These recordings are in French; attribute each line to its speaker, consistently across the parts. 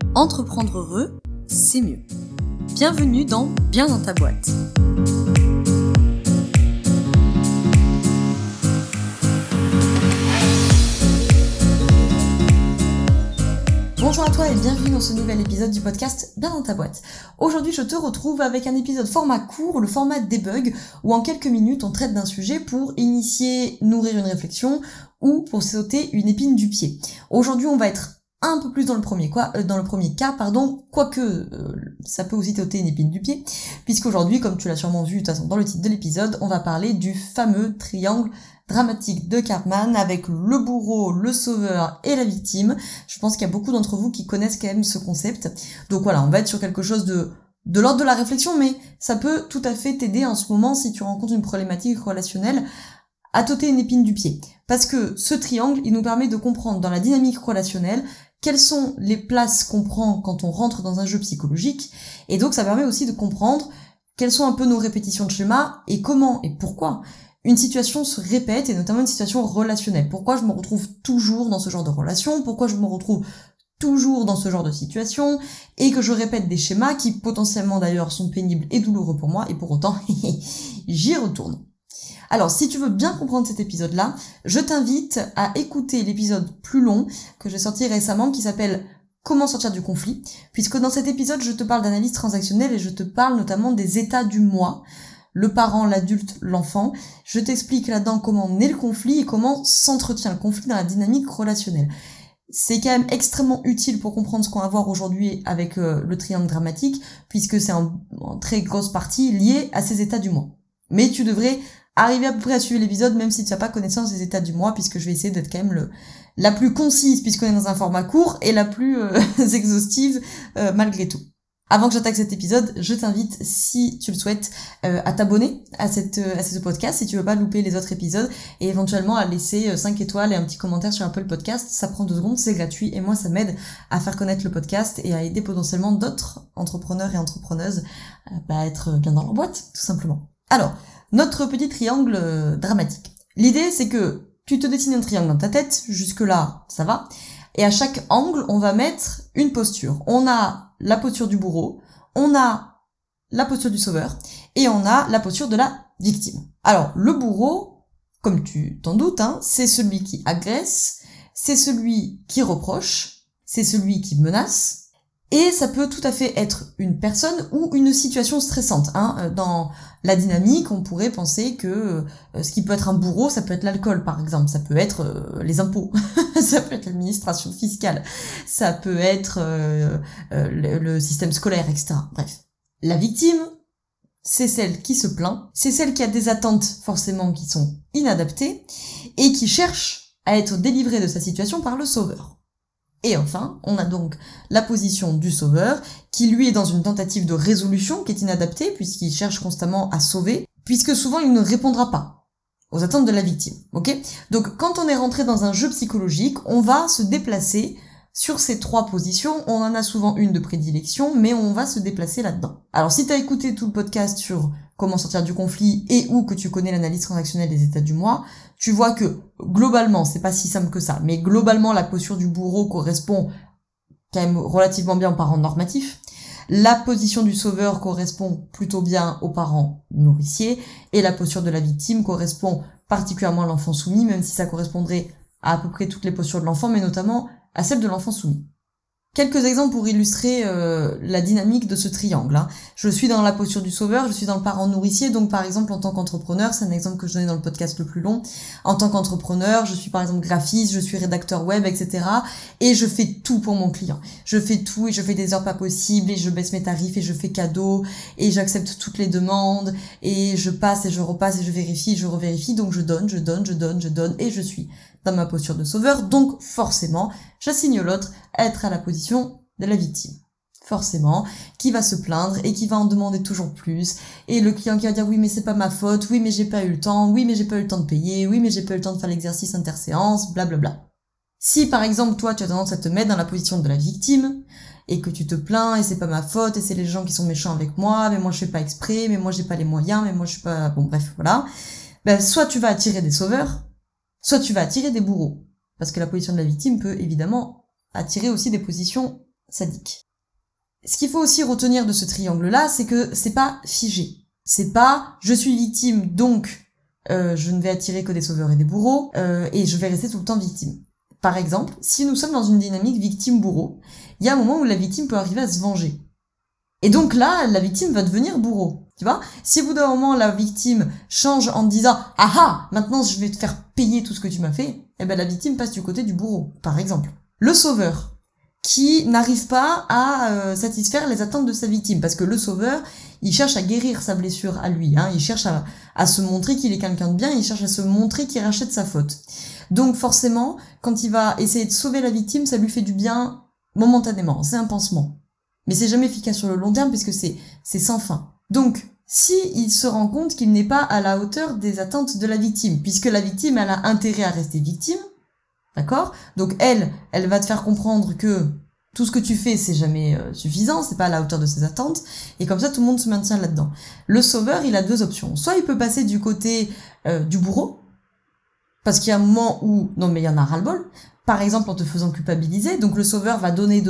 Speaker 1: Entreprendre heureux, c'est mieux. Bienvenue dans Bien dans ta boîte. Bonjour à toi et bienvenue dans ce nouvel épisode du podcast Bien dans ta boîte. Aujourd'hui, je te retrouve avec un épisode format court, le format debug, où en quelques minutes, on traite d'un sujet pour initier, nourrir une réflexion ou pour sauter une épine du pied. Aujourd'hui, on va être un peu plus dans le premier cas, quoique ça peut aussi t'ôter une épine du pied, puisqu'aujourd'hui, comme tu l'as sûrement vu de toute façon dans le titre de l'épisode, on va parler du fameux triangle dramatique de Karpman avec le bourreau, le sauveur et la victime. Je pense qu'il y a beaucoup d'entre vous qui connaissent quand même ce concept. Donc voilà, on va être sur quelque chose de l'ordre de la réflexion, mais ça peut tout à fait t'aider en ce moment si tu rencontres une problématique relationnelle à t'ôter une épine du pied. Parce que ce triangle, il nous permet de comprendre dans la dynamique relationnelle quelles sont les places qu'on prend quand on rentre dans un jeu psychologique, et donc ça permet aussi de comprendre quelles sont un peu nos répétitions de schéma, et comment et pourquoi une situation se répète, et notamment une situation relationnelle. Pourquoi je me retrouve toujours dans ce genre de relation, pourquoi je me retrouve toujours dans ce genre de situation, et que je répète des schémas qui potentiellement d'ailleurs sont pénibles et douloureux pour moi, et pour autant, j'y retourne. Alors, si tu veux bien comprendre cet épisode-là, je t'invite à écouter l'épisode plus long que j'ai sorti récemment qui s'appelle « Comment sortir du conflit ?» puisque dans cet épisode, je te parle d'analyse transactionnelle et je te parle notamment des états du moi, le parent, l'adulte, l'enfant. Je t'explique là-dedans comment naît le conflit et comment s'entretient le conflit dans la dynamique relationnelle. C'est quand même extrêmement utile pour comprendre ce qu'on va voir aujourd'hui avec le triangle dramatique, puisque c'est en très grosse partie lié à ces états du moi. Mais tu devrais arriver à peu près à suivre l'épisode, même si tu n'as pas connaissance des états du moi, puisque je vais essayer d'être quand même la plus concise, puisqu'on est dans un format court, et la plus exhaustive malgré tout. Avant que j'attaque cet épisode, je t'invite, si tu le souhaites, à t'abonner à ce podcast, si tu veux pas louper les autres épisodes, et éventuellement à laisser 5 étoiles et un petit commentaire sur Apple Podcast. Ça prend 2 secondes, c'est gratuit, et moi ça m'aide à faire connaître le podcast et à aider potentiellement d'autres entrepreneurs et entrepreneuses à être bien dans leur boîte, tout simplement. Alors, notre petit triangle dramatique. L'idée, c'est que tu te dessines un triangle dans ta tête, jusque-là, ça va, et à chaque angle, on va mettre une posture. On a la posture du bourreau, on a la posture du sauveur, et on a la posture de la victime. Alors, le bourreau, comme tu t'en doutes, c'est celui qui agresse, c'est celui qui reproche, c'est celui qui menace, et ça peut tout à fait être une personne ou une situation stressante. Dans la dynamique, on pourrait penser que ce qui peut être un bourreau, ça peut être l'alcool par exemple, ça peut être les impôts, ça peut être l'administration fiscale, ça peut être le système scolaire, etc. Bref. La victime, c'est celle qui se plaint, c'est celle qui a des attentes forcément qui sont inadaptées et qui cherche à être délivrée de sa situation par le sauveur. Et enfin, on a donc la position du sauveur, qui lui est dans une tentative de résolution qui est inadaptée, puisqu'il cherche constamment à sauver, puisque souvent il ne répondra pas aux attentes de la victime, ok ? Donc quand on est rentré dans un jeu psychologique, on va se déplacer sur ces 3 positions, on en a souvent une de prédilection, mais on va se déplacer là-dedans. Alors si t'as écouté tout le podcast sur comment sortir du conflit et ou que tu connais l'analyse transactionnelle des états du moi, tu vois que globalement, c'est pas si simple que ça, mais globalement la posture du bourreau correspond quand même relativement bien aux parents normatifs, la position du sauveur correspond plutôt bien aux parents nourriciers, et la posture de la victime correspond particulièrement à l'enfant soumis, même si ça correspondrait à peu près toutes les postures de l'enfant, mais notamment à celle de l'enfant soumis. Quelques exemples pour illustrer la dynamique de ce triangle. Je suis dans la posture du sauveur, je suis dans le parent nourricier, donc par exemple en tant qu'entrepreneur, c'est un exemple que je donnais dans le podcast le plus long, en tant qu'entrepreneur, je suis par exemple graphiste, je suis rédacteur web, etc. Et je fais tout pour mon client. Je fais tout et je fais des heures pas possibles et je baisse mes tarifs et je fais cadeau et j'accepte toutes les demandes et je passe et je repasse et je vérifie et je revérifie, donc je donne et je suis dans ma posture de sauveur, donc forcément, j'assigne l'autre à être à la position de la victime. Forcément, qui va se plaindre et qui va en demander toujours plus, et le client qui va dire oui mais c'est pas ma faute, oui mais j'ai pas eu le temps, oui mais j'ai pas eu le temps de payer, oui mais j'ai pas eu le temps de faire l'exercice interséance, blablabla. Si par exemple toi tu as tendance à te mettre dans la position de la victime, et que tu te plains et c'est pas ma faute et c'est les gens qui sont méchants avec moi, mais moi je fais pas exprès, mais moi j'ai pas les moyens, mais moi je suis pas... Bon bref, voilà. Soit tu vas attirer des sauveurs, soit tu vas attirer des bourreaux. Parce que la position de la victime peut évidemment attirer aussi des positions sadique. Ce qu'il faut aussi retenir de ce triangle-là, c'est que c'est pas figé. C'est pas « je suis victime, donc je ne vais attirer que des sauveurs et des bourreaux, et je vais rester tout le temps victime ». Par exemple, si nous sommes dans une dynamique victime-bourreau, il y a un moment où la victime peut arriver à se venger. Et donc là, la victime va devenir bourreau. Tu vois ? Si au bout d'un moment, la victime change en disant « Ah ah, maintenant je vais te faire payer tout ce que tu m'as fait », eh ben la victime passe du côté du bourreau, par exemple. Le sauveur, qui n'arrive pas à satisfaire les attentes de sa victime, parce que le sauveur, il cherche à guérir sa blessure à lui, hein, il cherche à se montrer qu'il est quelqu'un de bien, il cherche à se montrer qu'il rachète sa faute. Donc forcément, quand il va essayer de sauver la victime, ça lui fait du bien momentanément, c'est un pansement. Mais c'est jamais efficace sur le long terme puisque c'est sans fin. Donc, si il se rend compte qu'il n'est pas à la hauteur des attentes de la victime, puisque la victime, elle a intérêt à rester victime, d'accord ? Donc elle va te faire comprendre que tout ce que tu fais, c'est jamais suffisant, c'est pas à la hauteur de ses attentes, et comme ça, tout le monde se maintient là-dedans. Le sauveur, il a deux options. Soit il peut passer du côté du bourreau, parce qu'il y a un moment où, non mais il y en a ras-le-bol, par exemple en te faisant culpabiliser, donc le sauveur va donner,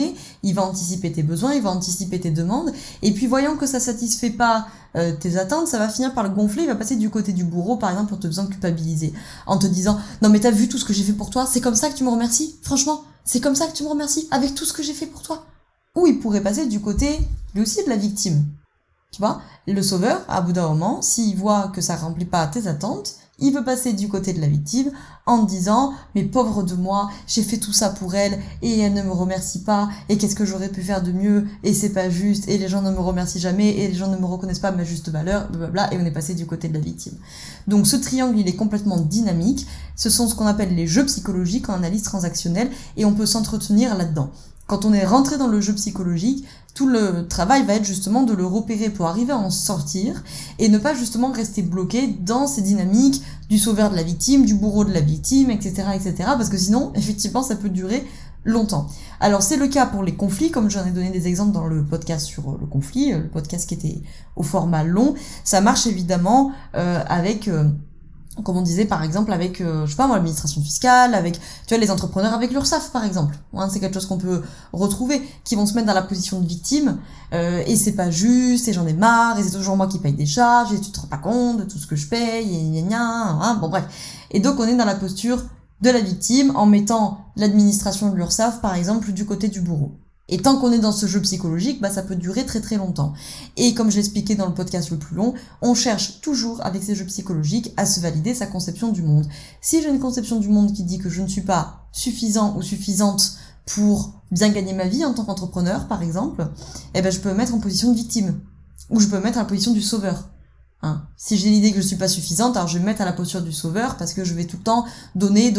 Speaker 1: il va anticiper tes besoins, il va anticiper tes demandes, et puis voyant que ça satisfait pas tes attentes, ça va finir par le gonfler, il va passer du côté du bourreau, par exemple en te faisant culpabiliser, en te disant « Non mais t'as vu tout ce que j'ai fait pour toi, c'est comme ça que tu me remercies, franchement, c'est comme ça que tu me remercies, avec tout ce que j'ai fait pour toi ». Ou il pourrait passer du côté, lui aussi, de la victime. Tu vois, le sauveur, à bout d'un moment, s'il voit que ça remplit pas tes attentes, il veut passer du côté de la victime en te disant « Mais pauvre de moi, j'ai fait tout ça pour elle et elle ne me remercie pas et qu'est-ce que j'aurais pu faire de mieux et c'est pas juste et les gens ne me remercient jamais et les gens ne me reconnaissent pas ma juste valeur, blablabla » et on est passé du côté de la victime. Donc ce triangle, il est complètement dynamique. Ce sont ce qu'on appelle les jeux psychologiques en analyse transactionnelle et on peut s'entretenir là-dedans. Quand on est rentré dans le jeu psychologique, tout le travail va être justement de le repérer pour arriver à en sortir et ne pas justement rester bloqué dans ces dynamiques du sauveur de la victime, du bourreau de la victime, etc., etc., parce que sinon, effectivement, ça peut durer longtemps. Alors, c'est le cas pour les conflits, comme j'en ai donné des exemples dans le podcast sur le conflit, le podcast qui était au format long. Ça marche évidemment avec... comme on disait par exemple avec je sais pas moi l'administration fiscale, avec tu vois les entrepreneurs avec l'URSSAF par exemple, hein, c'est quelque chose qu'on peut retrouver, qui vont se mettre dans la position de victime et c'est pas juste et j'en ai marre et c'est toujours moi qui paye des charges et tu te rends pas compte de tout ce que je paye et gna, hein, bon bref, et donc on est dans la posture de la victime en mettant l'administration de l'URSSAF par exemple du côté du bourreau. Et tant qu'on est dans ce jeu psychologique, ça peut durer très très longtemps. Et comme je l'expliquais dans le podcast le plus long, on cherche toujours avec ces jeux psychologiques à se valider sa conception du monde. Si j'ai une conception du monde qui dit que je ne suis pas suffisant ou suffisante pour bien gagner ma vie en tant qu'entrepreneur, par exemple, je peux me mettre en position de victime. Ou je peux me mettre à la position du sauveur. Hein. Si j'ai l'idée que je suis pas suffisante, alors je vais me mettre à la posture du sauveur parce que je vais tout le temps donner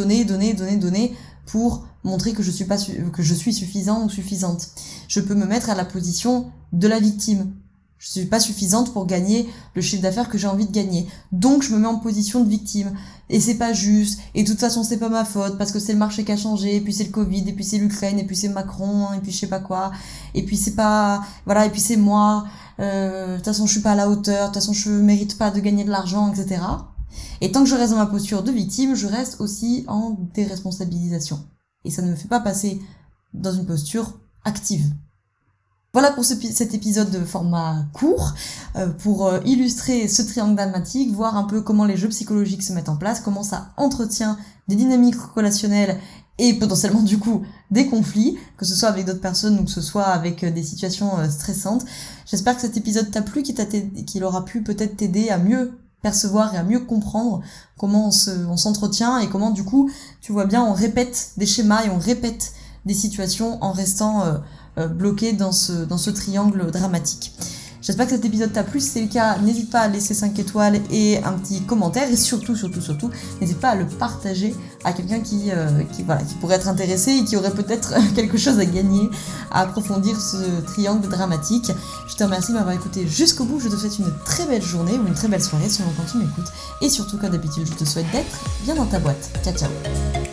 Speaker 1: pour montrer que je suis suffisant ou suffisante. Je peux me mettre à la position de la victime. Je suis pas suffisante pour gagner le chiffre d'affaires que j'ai envie de gagner. Donc je me mets en position de victime. Et c'est pas juste. Et de toute façon c'est pas ma faute parce que c'est le marché qui a changé. Et puis c'est le Covid. Et puis c'est l'Ukraine. Et puis c'est Macron. Et puis je sais pas quoi. Et puis c'est pas, voilà. Et puis c'est moi. De toute façon je suis pas à la hauteur. De toute façon je mérite pas de gagner de l'argent, etc. Et tant que je reste dans ma posture de victime, je reste aussi en déresponsabilisation. Et ça ne me fait pas passer dans une posture active. Voilà pour cet épisode de format court, pour illustrer ce triangle dalmatique, voir un peu comment les jeux psychologiques se mettent en place, comment ça entretient des dynamiques relationnelles et potentiellement du coup des conflits, que ce soit avec d'autres personnes ou que ce soit avec des situations stressantes. J'espère que cet épisode t'a plu, qu'il aura pu peut-être t'aider à mieux percevoir et à mieux comprendre comment on s'entretient et comment du coup, tu vois bien, on répète des schémas et on répète des situations en restant bloqué dans ce triangle dramatique. J'espère que cet épisode t'a plu. Si c'est le cas, n'hésite pas à laisser 5 étoiles et un petit commentaire. Et surtout, n'hésite pas à le partager à quelqu'un qui pourrait être intéressé et qui aurait peut-être quelque chose à gagner à approfondir ce triangle dramatique. Je te remercie de m'avoir écouté jusqu'au bout. Je te souhaite une très belle journée ou une très belle soirée selon quand tu m'écoutes. Et surtout, comme d'habitude, je te souhaite d'être bien dans ta boîte. Ciao, ciao.